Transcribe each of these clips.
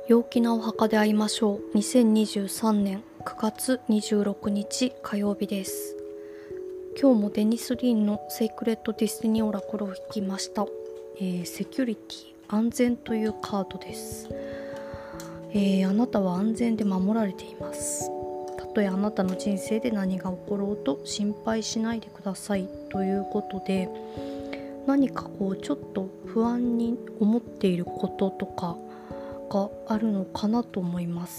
陽気なお墓で会いましょう。2023年9月26日火曜日です。今日もデニス・リーンのセイクレット・ディスティニー・オラクルを引きました。セキュリティ、安全というカードです。あなたは安全で守られています。たとえあなたの人生で何が起ころうと心配しないでくださいということで、何かちょっと不安に思っていることとかがあるのかなと思います。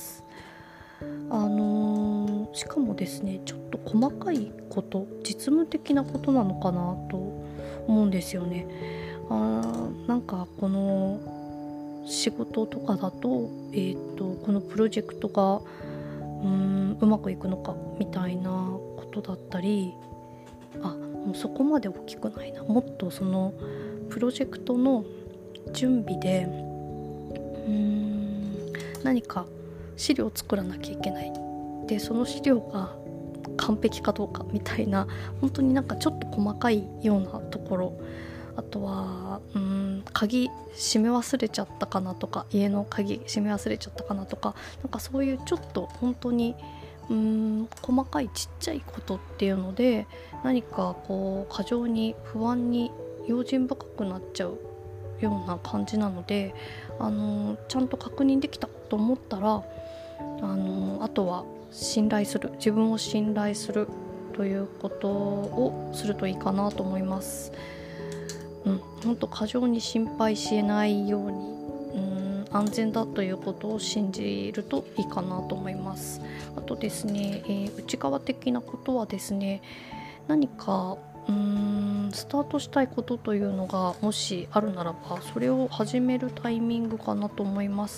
しかもですね、ちょっと細かいこと、実務的なことなのかなと思うんですよね。なんかこの仕事とかだと、このプロジェクトがうまくいくのかみたいなことだったり、もうそこまで大きくないな、もっとそのプロジェクトの準備で何か資料を作らなきゃいけない。でその資料が完璧かどうかみたいな、本当になんかちょっと細かいようなところ、あとは鍵閉め忘れちゃったかなとか、家の鍵閉め忘れちゃったかなとか、なんかそういうちょっと本当に細かいちっちゃいことっていうので、何か過剰に不安に用心深くなっちゃうような感じなので、ちゃんと確認できたと思ったら、あとは信頼する、自分を信頼するということをするといいかなと思います。本当過剰に心配しないように、安全だということを信じるといいかなと思います。あとですね、内側的なことはですね、何かスタートしたいことというのがもしあるならば、それを始めるタイミングかなと思います。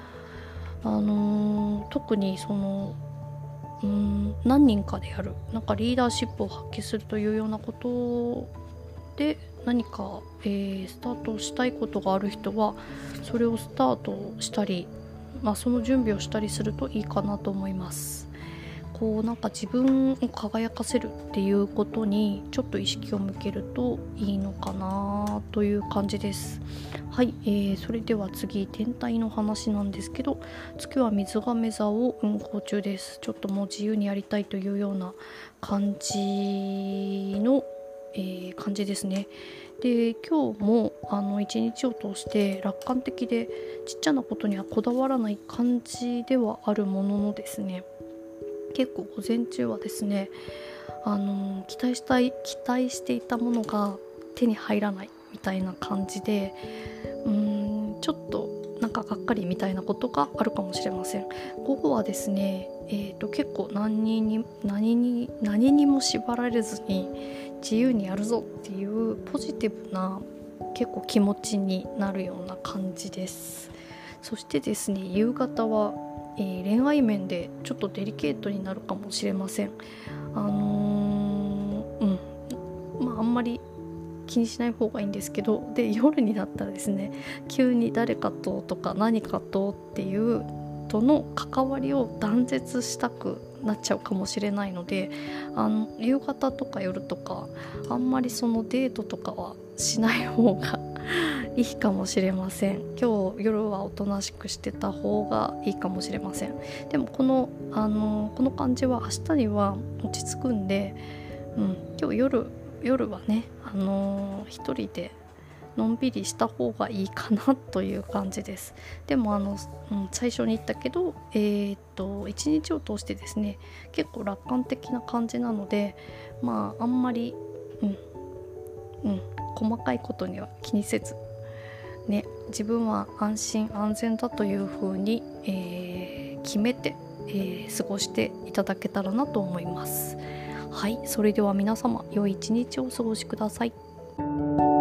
特にその何人かでやる、なんかリーダーシップを発揮するというようなことで何か、スタートしたいことがある人は、それをスタートしたり、その準備をしたりするといいかなと思います。なんか自分を輝かせるっていうことにちょっと意識を向けるといいのかなという感じです。はい、それでは次、天体の話なんですけど、月は水亀座を運行中です。ちょっともう自由にやりたいというような感じの、感じですね。で今日も一日を通して楽観的で、ちっちゃなことにはこだわらない感じではあるもののですね、結構午前中はですね、期待していたものが手に入らないみたいな感じで、ちょっとなんかがっかりみたいなことがあるかもしれません。午後はですね、結構何にも縛られずに自由にやるぞっていうポジティブな結構気持ちになるような感じです。そしてですね、夕方は恋愛面でちょっとデリケートになるかもしれません。あんまり気にしない方がいいんですけど、で夜になったらですね、急に誰かとか何かとっていうとの関わりを断絶したくなっちゃうかもしれないので、夕方とか夜とかあんまりそのデートとかはしない方がいいかもしれません。今日夜はおとなしくしてた方がいいかもしれません。でもこの感じは明日には落ち着くんで、今日夜はね、一人でのんびりした方がいいかなという感じです。でも最初に言ったけど、一日を通してですね、結構楽観的な感じなので、あんまり細かいことには気にせずね、自分は安心安全だというふうに、決めて、過ごしていただけたらなと思います。はい、それでは皆様、良い一日をお過ごしください。